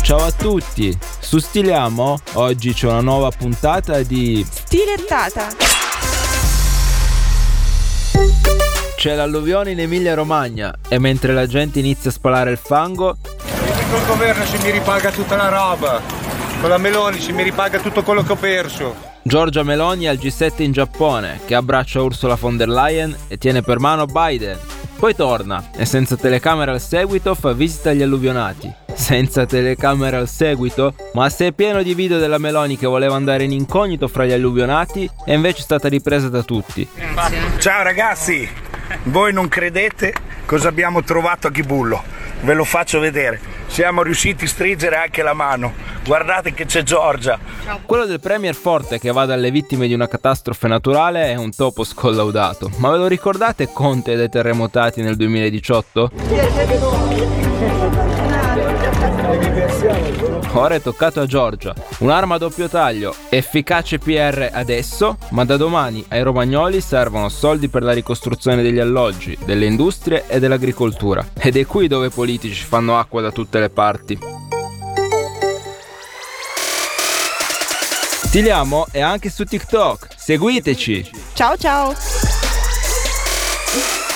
Ciao a tutti, su Stiliamo oggi c'è una nuova puntata di Stilettata. C'è l'alluvione in Emilia Romagna e mentre la gente inizia a spalare il fango, col governo se mi ripaga tutta la roba, con la Meloni se mi ripaga tutto quello che ho perso. Giorgia Meloni al G7 in Giappone che abbraccia Ursula von der Leyen e tiene per mano Biden. Poi torna e senza telecamera al seguito fa visita agli alluvionati. Senza telecamera al seguito? Ma se è pieno di video della Meloni che voleva andare in incognito fra gli alluvionati e invece è stata ripresa da tutti. Ciao ragazzi, voi non credete cosa abbiamo trovato a Ghibullo, ve lo faccio vedere. Siamo riusciti a stringere anche la mano, guardate che c'è Giorgia. Quello del premier forte che va dalle vittime di una catastrofe naturale è un topo collaudato. Ma ve lo ricordate Conte dei terremotati nel 2018? Ora è toccato a Giorgia. Un'arma a doppio taglio, efficace PR adesso, ma da domani ai romagnoli servono soldi per la ricostruzione degli alloggi, delle industrie e dell'agricoltura. Ed è qui dove i politici fanno acqua da tutte le parti. Stiliamo è anche su TikTok. Seguiteci! Ciao ciao.